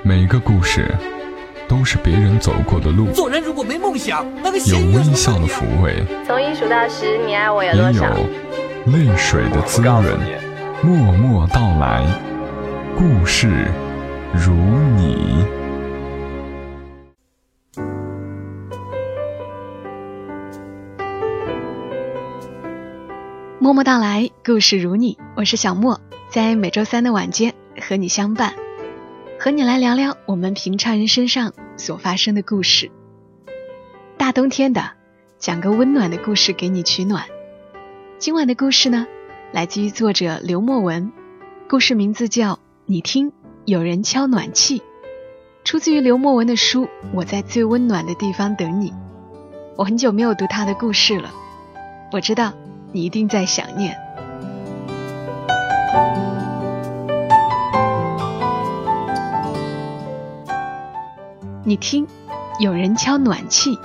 每个故事都是别人走过的路， 做人如果没梦想，那个有微笑的抚慰， 从1数到10，你爱我有多少？ 也有泪水的滋润。默默到来，故事如你。 默默到来，故事如你，我是小莫，在每周三的晚间和你相伴，和你来聊聊我们平常人身上所发生的故事。大冬天的，讲个温暖的故事给你取暖。今晚的故事呢，来自于作者刘墨文，故事名字叫你听，有人敲暖气，出自于刘墨文的书《我在最温暖的地方等你》。我很久没有读他的故事了，我知道你一定在想念。你听，有人敲暖气。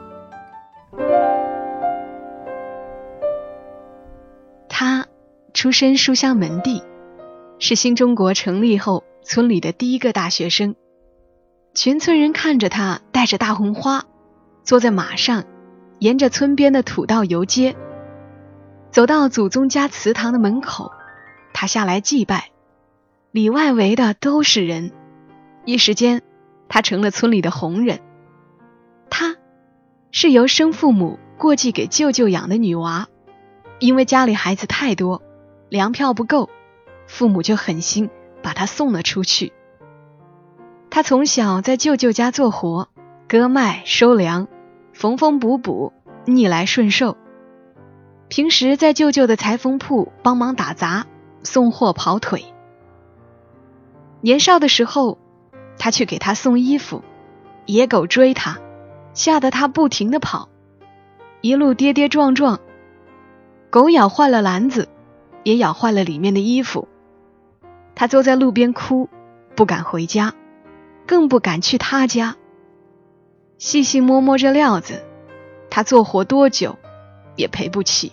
他出身书香门第，是新中国成立后村里的第一个大学生。全村人看着他带着大红花，坐在马上，沿着村边的土道游街，走到祖宗家祠堂的门口，他下来祭拜，里外围的都是人，一时间他成了村里的红人。他是由生父母过继给舅舅养的女娃，因为家里孩子太多，粮票不够，父母就狠心把他送了出去。他从小在舅舅家做活，割麦收粮，缝缝补补，逆来顺受。平时在舅舅的裁缝铺帮忙打杂，送货跑腿。年少的时候，他去给他送衣服，野狗追他，吓得他不停地跑，一路跌跌撞撞，狗咬坏了篮子，也咬坏了里面的衣服。他坐在路边哭，不敢回家，更不敢去他家。细细摸摸这料子，他做活多久也赔不起。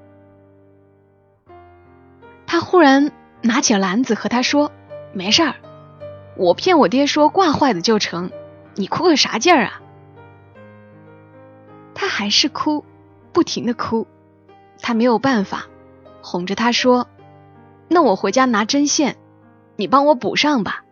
他忽然拿起篮子和他说，没事儿，我骗我爹说挂坏的就成，你哭个啥劲儿啊？他还是哭，不停地哭。他没有办法，哄着他说，那我回家拿针线，你帮我补上吧。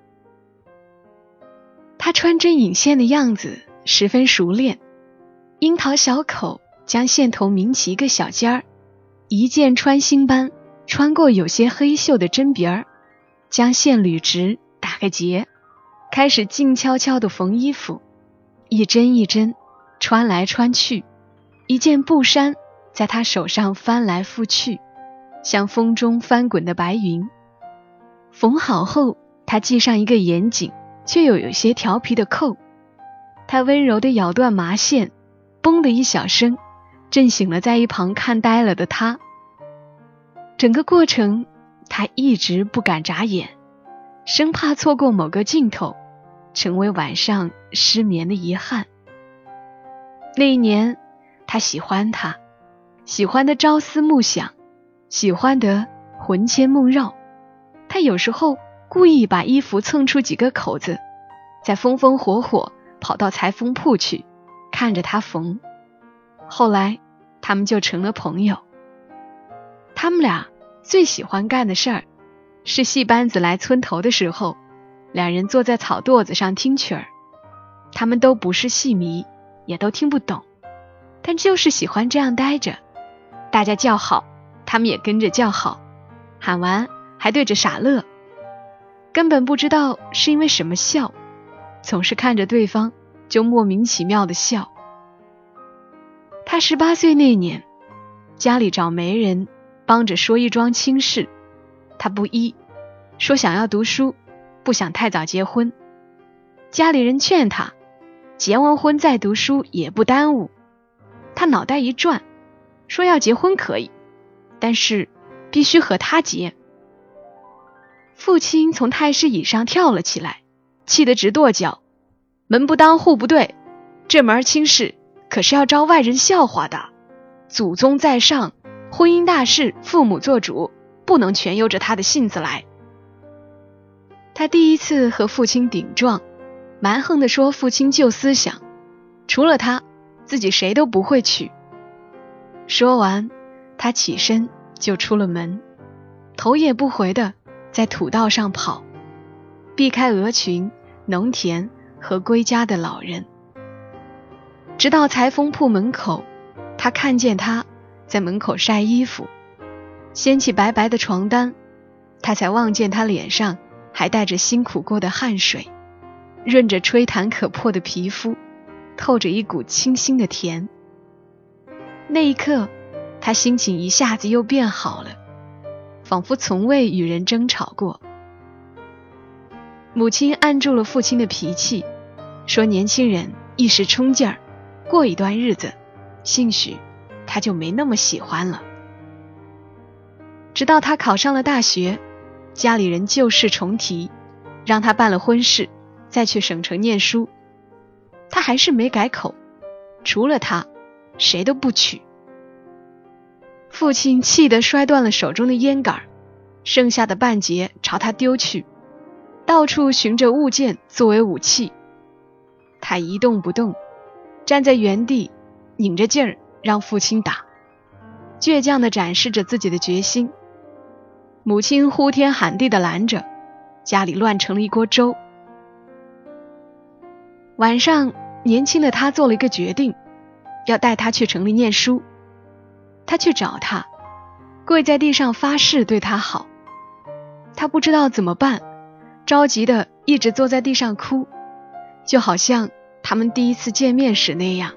他穿针引线的样子十分熟练，樱桃小口将线头抿起一个小尖儿，一箭穿心般穿过有些黑锈的针鼻儿，将线捋直，打个结，开始静悄悄地缝衣服，一针一针穿来穿去，一件布衫在他手上翻来覆去，像风中翻滚的白云。缝好后，他系上一个严谨却又有些调皮的扣，他温柔地咬断麻线，嘣的一小声，震醒了在一旁看呆了的他。整个过程他一直不敢眨眼，生怕错过某个镜头，成为晚上失眠的遗憾。那一年他喜欢他，喜欢的朝思暮想，喜欢的魂牵梦绕。他有时候故意把衣服蹭出几个口子，再风风火火跑到裁缝铺去，看着他缝。后来他们就成了朋友。他们俩最喜欢干的事儿是戏班子来村头的时候，两人坐在草垛子上听曲儿。他们都不是戏迷，也都听不懂，但就是喜欢这样待着，大家叫好，他们也跟着叫好，喊完还对着傻乐，根本不知道是因为什么笑，总是看着对方就莫名其妙的笑。他18岁那年，家里找媒人帮着说一桩亲事，他不依，说想要读书，不想太早结婚。家里人劝他，结完婚再读书也不耽误。他脑袋一转，说要结婚可以，但是必须和他结。父亲从太师椅上跳了起来，气得直跺脚，门不当户不对，这门亲事可是要招外人笑话的，祖宗在上，婚姻大事父母做主，不能全由着他的性子来。他第一次和父亲顶撞， 蛮横地说父亲旧思想，除了他，自己谁都不会娶。说完，他起身就出了门，头也不回地在土道上跑，避开鹅群、农田和归家的老人。直到裁缝铺门口，他看见他在门口晒衣服，掀起白白的床单，他才望见他脸上还带着辛苦过的汗水，润着吹弹可破的皮肤，透着一股清新的甜。那一刻，他心情一下子又变好了，仿佛从未与人争吵过。母亲按住了父亲的脾气，说年轻人一时冲劲儿，过一段日子，兴许他就没那么喜欢了。直到他考上了大学，家里人旧事重提，让他办了婚事，再去省城念书，他还是没改口，除了他，谁都不娶。父亲气得摔断了手中的烟杆，剩下的半截朝他丢去，到处寻着物件作为武器。他一动不动，站在原地，拧着劲儿让父亲打，倔强地展示着自己的决心。母亲呼天喊地地拦着，家里乱成了一锅粥。晚上，年轻的他做了一个决定，要带他去城里念书。他去找他，跪在地上发誓对他好。他不知道怎么办，着急的一直坐在地上哭，就好像他们第一次见面时那样。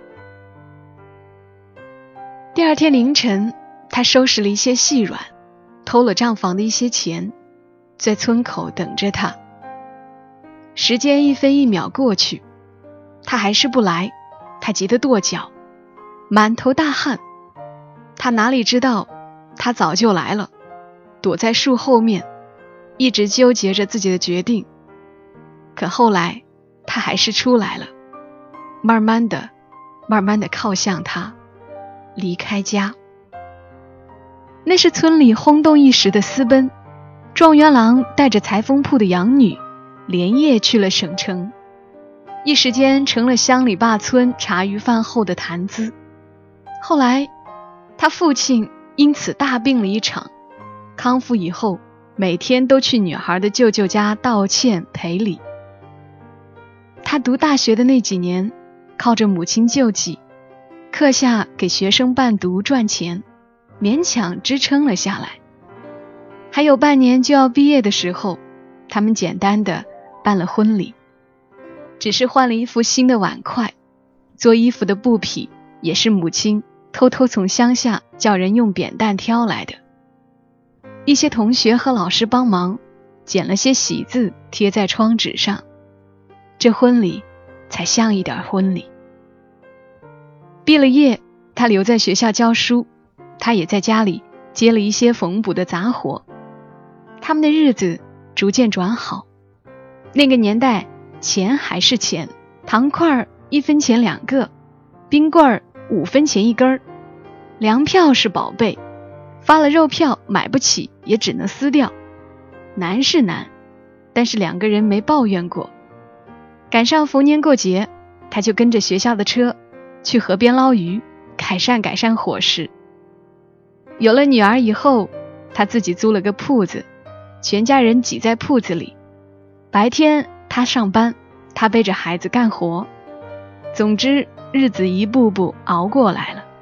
第二天凌晨，他收拾了一些细软，偷了账房的一些钱，在村口等着他。时间一分一秒过去，他还是不来，他急得跺脚，满头大汗。他哪里知道，他早就来了，躲在树后面，一直纠结着自己的决定。可后来，他还是出来了，慢慢的靠向他，离开家。那是村里轰动一时的私奔，状元郎带着裁缝铺的养女，连夜去了省城，一时间成了乡里坝村茶余饭后的谈资。后来他父亲因此大病了一场，康复以后每天都去女孩的舅舅家道歉赔礼。他读大学的那几年，靠着母亲救济，课下给学生伴读赚钱，勉强支撑了下来。还有半年就要毕业的时候，他们简单的办了婚礼，只是换了一副新的碗筷，做衣服的布匹也是母亲偷偷从乡下叫人用扁担挑来的。一些同学和老师帮忙，剪了些喜字贴在窗纸上，这婚礼才像一点婚礼。毕了业，他留在学校教书，他也在家里接了一些缝补的杂活。他们的日子逐渐转好。那个年代，钱还是钱，糖块1分钱2个，冰棍5分钱1根，粮票是宝贝，发了肉票买不起也只能撕掉。难是难，但是2个人没抱怨过。赶上逢年过节，他就跟着学校的车去河边捞鱼，改善伙食。有了女儿以后，他自己租了个铺子，全家人挤在铺子里，白天他上班，他背着孩子干活。总之，日子一步步熬过来了。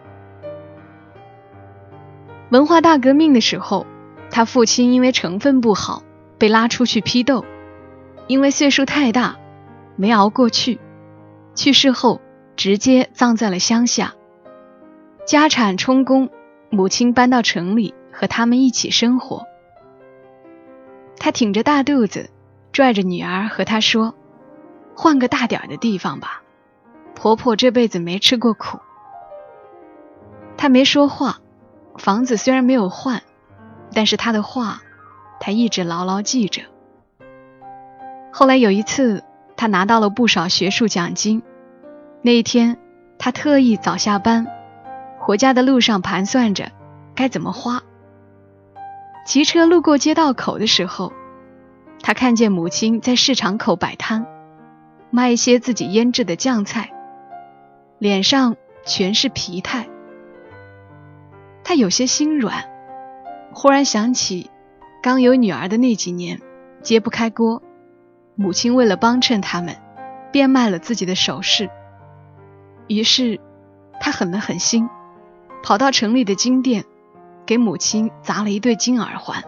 文化大革命的时候，他父亲因为成分不好被拉出去批斗，因为岁数太大没熬过去，去世后直接葬在了乡下。家产充公，母亲搬到城里和他们一起生活。他挺着大肚子，拽着女儿和她说，换个大点的地方吧，婆婆这辈子没吃过苦。他没说话，房子虽然没有换，但是他的话他一直牢牢记着。后来有一次，他拿到了不少学术奖金。那一天，他特意早下班，回家的路上盘算着该怎么花。骑车路过街道口的时候，他看见母亲在市场口摆摊， 卖一些自己腌制的酱菜，脸上全是疲态。他有些心软，忽然想起刚有女儿的那几年，揭不开锅，母亲为了帮衬他们，变卖了自己的首饰。于是他狠了狠心，跑到城里的金店，给母亲砸了一对金耳环。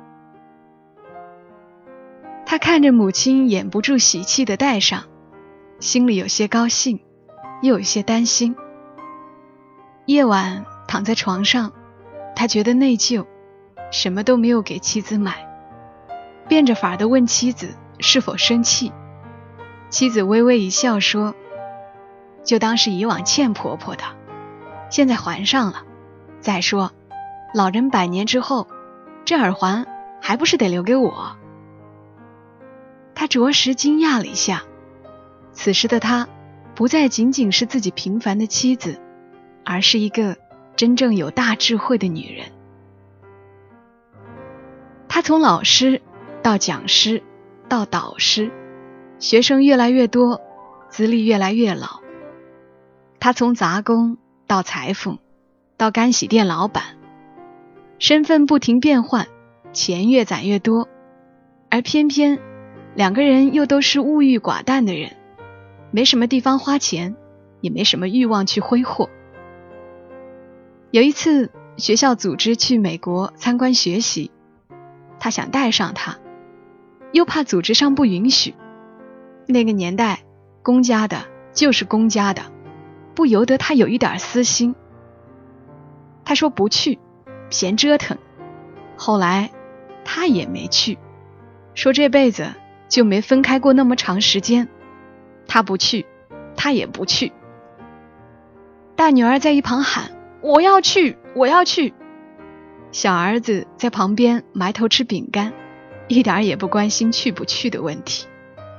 他看着母亲掩不住喜气地戴上，心里有些高兴，又有些担心。夜晚躺在床上，他觉得内疚，什么都没有给妻子买，变着法地问妻子是否生气。妻子微微一笑说，就当是以往欠婆婆的，现在还上了。再说老人100年之后，这耳环还不是得留给我。他着实惊讶了一下，此时的他不再仅仅是自己平凡的妻子，而是一个真正有大智慧的女人。他从老师到讲师到导师，学生越来越多，资历越来越老。他从杂工到裁缝，到干洗店老板，身份不停变换，钱越攒越多，而偏偏两个人又都是物欲寡淡的人，没什么地方花钱，也没什么欲望去挥霍。有一次学校组织去美国参观学习，他想带上他，又怕组织上不允许。那个年代公家的就是公家的，不由得他有一点私心。他说不去，嫌折腾。后来他也没去，说这辈子就没分开过那么长时间，他不去，他也不去。大女儿在一旁喊，我要去，我要去。小儿子在旁边埋头吃饼干，一点也不关心去不去的问题。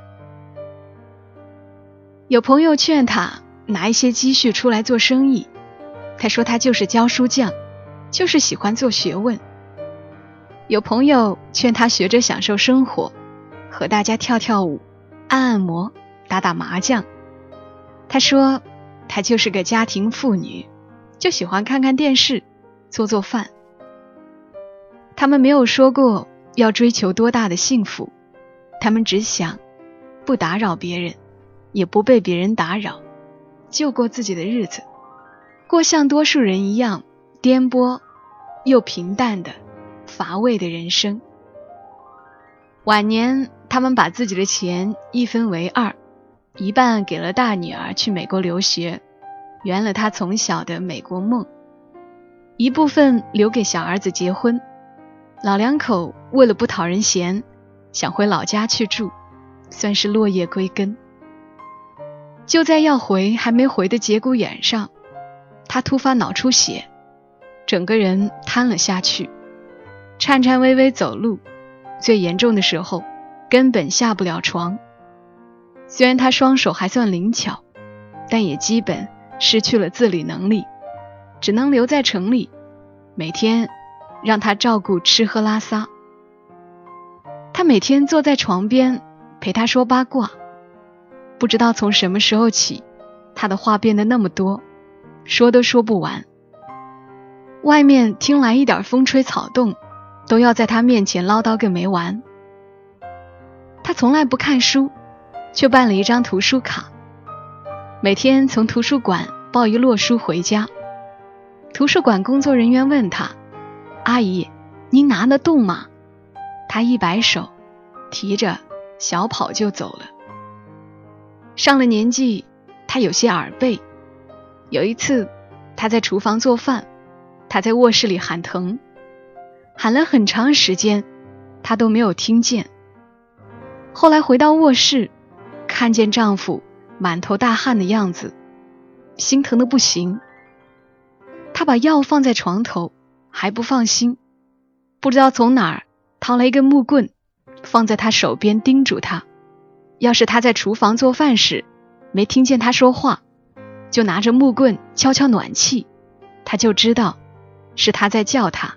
有朋友劝他拿一些积蓄出来做生意，他说他就是教书匠，就是喜欢做学问。有朋友劝他学着享受生活，和大家跳跳舞，按按摩，打打麻将。他说他就是个家庭妇女，就喜欢看看电视，做做饭。他们没有说过要追求多大的幸福，他们只想不打扰别人，也不被别人打扰，就过自己的日子，过像多数人一样颠簸又平淡的乏味的人生。晚年他们把自己的钱一分为2，一半给了大女儿去美国留学，圆了她从小的美国梦，一部分留给小儿子结婚。老两口为了不讨人嫌，想回老家去住，算是落叶归根。就在要回还没回的节骨眼上，他突发脑出血，整个人瘫了下去，颤颤巍巍走路，最严重的时候根本下不了床。虽然他双手还算灵巧，但也基本失去了自理能力，只能留在城里，每天让他照顾吃喝拉撒。他每天坐在床边陪他说八卦，不知道从什么时候起，他的话变得那么多，说都说不完。外面听来一点风吹草动，都要在他面前唠叨个没完。他从来不看书，却办了一张图书卡，每天从图书馆抱一摞书回家。图书馆工作人员问他，阿姨，您拿得动吗？他一摆手，提着小跑就走了。上了年纪，他有些耳背。有一次他在厨房做饭，他在卧室里喊疼，喊了很长时间，他都没有听见。后来回到卧室，看见丈夫满头大汗的样子，心疼得不行。他把药放在床头，还不放心，不知道从哪儿掏了一根木棍，放在他手边，叮嘱他，要是他在厨房做饭时没听见他说话，就拿着木棍敲敲暖气，他就知道是他在叫他。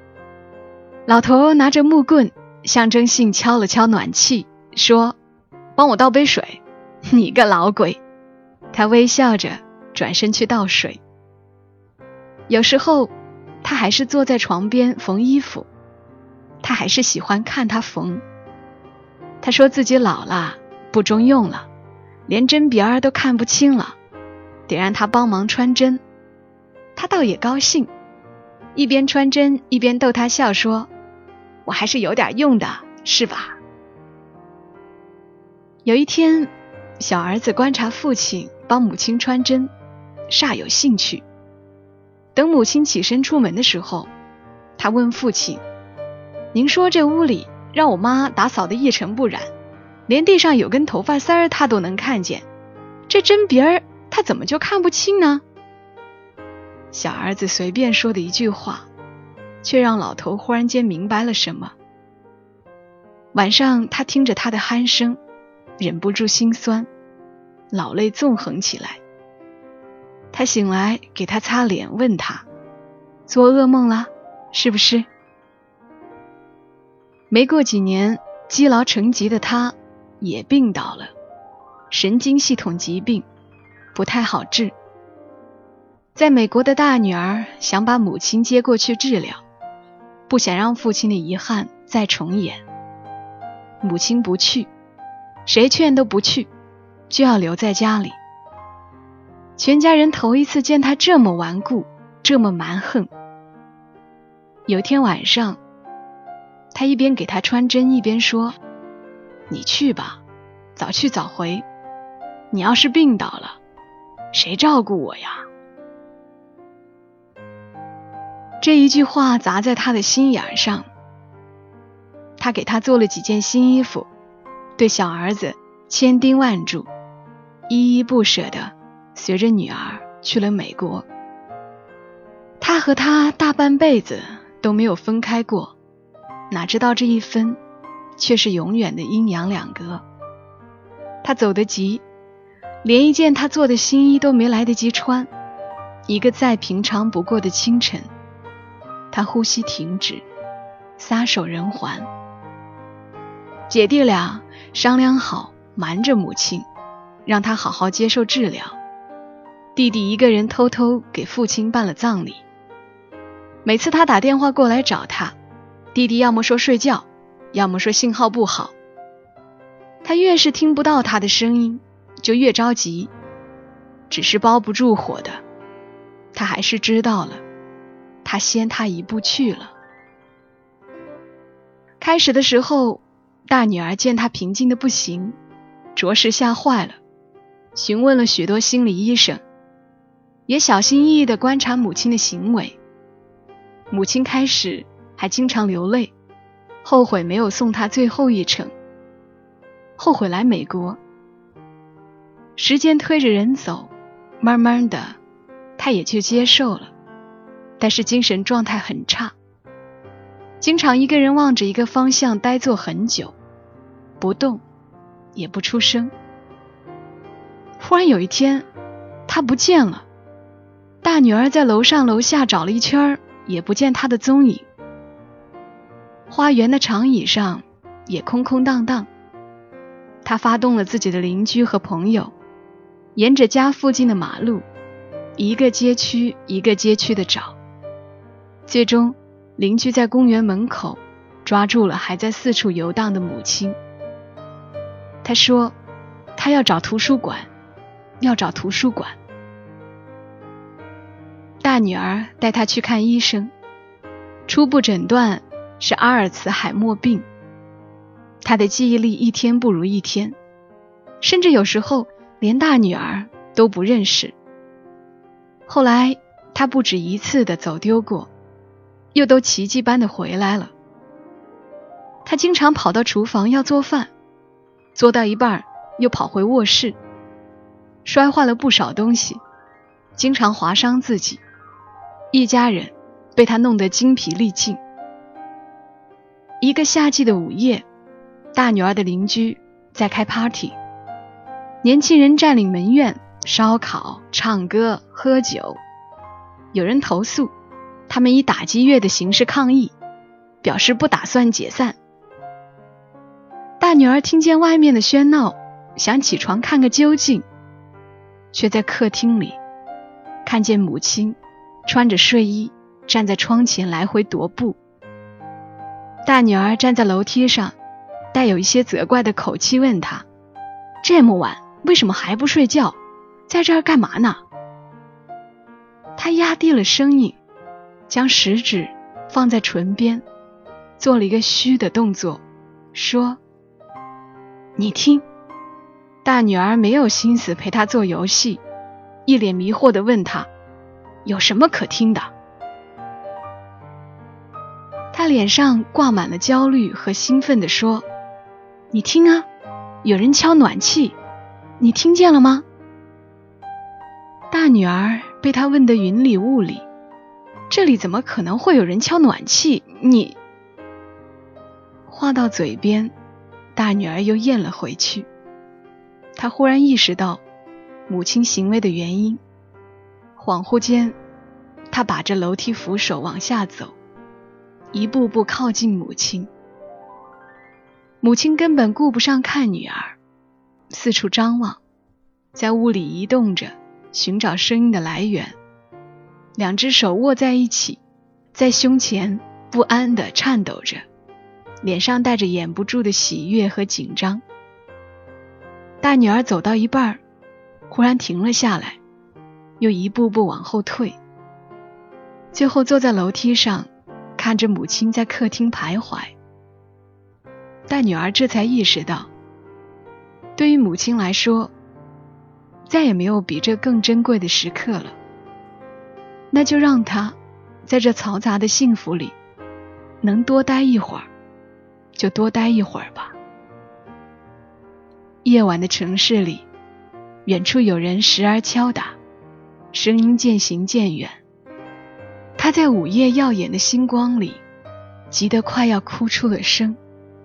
老头拿着木棍象征性敲了敲暖气，说， 帮我倒杯水。你个老鬼。他微笑着转身去倒水。有时候他还是坐在床边缝衣服，他还是喜欢看他缝。他说自己老了，不中用了，连针鼻儿都看不清了，得让他帮忙穿针。他倒也高兴，一边穿针一边逗他笑说，我还是有点用的，是吧？有一天，小儿子观察父亲帮母亲穿针，煞有兴趣。等母亲起身出门的时候，他问父亲，您说这屋里让我妈打扫得一尘不染，连地上有根头发丝儿她都能看见，这针鼻儿她怎么就看不清呢？小儿子随便说的一句话，却让老头忽然间明白了什么。晚上他听着他的鼾声，忍不住心酸，老泪纵横起来。他醒来给他擦脸，问他，做噩梦了是不是？没过几年，积劳成疾的他也病倒了，神经系统疾病，不太好治。在美国的大女儿想把母亲接过去治疗，不想让父亲的遗憾再重演。母亲不去，谁劝都不去，就要留在家里。全家人头一次见他这么顽固，这么蛮横。有天晚上，他一边给他穿针一边说，你去吧，早去早回，你要是病倒了，谁照顾我呀？这一句话砸在他的心眼上。他给他做了几件新衣服，对小儿子千叮万嘱，依依不舍地随着女儿去了美国。他和他大半辈子都没有分开过，哪知道这一分却是永远的阴阳两隔。他走得急，连一件他做的新衣都没来得及穿。一个再平常不过的清晨，他呼吸停止，撒手人寰。姐弟俩商量好，瞒着母亲，让他好好接受治疗。弟弟一个人偷偷给父亲办了葬礼。每次他打电话过来找他，弟弟要么说睡觉，要么说信号不好。他越是听不到他的声音，就越着急。只是包不住火的，他还是知道了，他先他一步去了。开始的时候，大女儿见他平静的不行，着实吓坏了，询问了许多心理医生，也小心翼翼地观察母亲的行为。母亲开始还经常流泪，后悔没有送她最后一程，后悔来美国。时间推着人走，慢慢的她也就接受了，但是精神状态很差，经常一个人望着一个方向呆坐很久，不动也不出声。忽然有一天，她不见了，大女儿在楼上楼下找了一圈，也不见她的踪影。花园的长椅上也空空荡荡。她发动了自己的邻居和朋友，沿着家附近的马路，一个街区一个街区的找。最终，邻居在公园门口抓住了还在四处游荡的母亲。他说，他要找图书馆，要找图书馆。大女儿带他去看医生，初步诊断是阿尔茨海默病。他的记忆力一天不如一天，甚至有时候连大女儿都不认识。后来他不止一次的走丢过，又都奇迹般的回来了。他经常跑到厨房要做饭，做到一半又跑回卧室，摔坏了不少东西，经常划伤自己，一家人被他弄得精疲力尽。一个夏季的午夜，大女儿的邻居在开 party， 年轻人占领门院，烧烤、唱歌、喝酒。有人投诉，他们以打击乐的形式抗议，表示不打算解散。大女儿听见外面的喧闹， 想起床看个究竟，却在客厅里看见母亲穿着睡衣站在窗前来回踱步。大女儿站在楼梯上，带有一些责怪的口气问她，这么晚为什么还不睡觉，在这儿干嘛呢？她压低了声音，将食指放在唇边，做了一个嘘的动作，说，你听。大女儿没有心思陪她做游戏，一脸迷惑地问她，有什么可听的？她脸上挂满了焦虑和兴奋地说，你听啊，有人敲暖气，你听见了吗？大女儿被她问得云里雾里，这里怎么可能会有人敲暖气？你……话到嘴边，大女儿又咽了回去。她忽然意识到母亲行为的原因，恍惚间，她把着楼梯扶手往下走，一步步靠近母亲。母亲根本顾不上看女儿，四处张望，在屋里移动着，寻找声音的来源。两只手握在一起，在胸前不安地颤抖着，脸上带着掩不住的喜悦和紧张。大女儿走到一半，忽然停了下来，又一步步往后退，最后坐在楼梯上，看着母亲在客厅徘徊。大女儿这才意识到，对于母亲来说，再也没有比这更珍贵的时刻了，那就让她在这嘈杂的幸福里能多待一会儿就多待一会儿吧。夜晚的城市里，远处有人时而敲打，声音渐行渐远。他在午夜耀眼的星光里，急得快要哭出了声。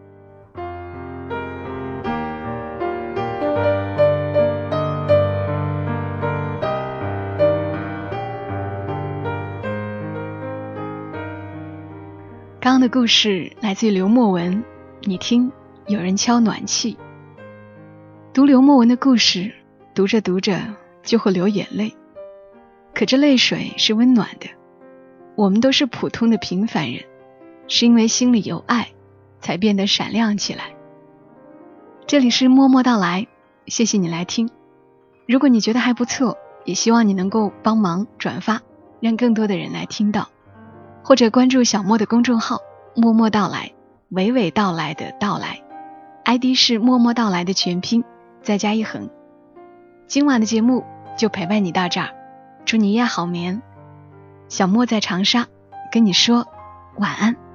刚刚的故事来自于刘墨文，你听，有人敲暖气。读刘墨文的故事，读着读着就会流眼泪，可这泪水是温暖的。我们都是普通的平凡人，是因为心里有爱，才变得闪亮起来。这里是默默到来，谢谢你来听。如果你觉得还不错，也希望你能够帮忙转发，让更多的人来听到，或者关注小莫的公众号默默到来，娓娓道来的到来， ID 是默默到来的全拼再加一横。今晚的节目就陪伴你到这儿，祝你夜好眠。小莫在长沙跟你说晚安。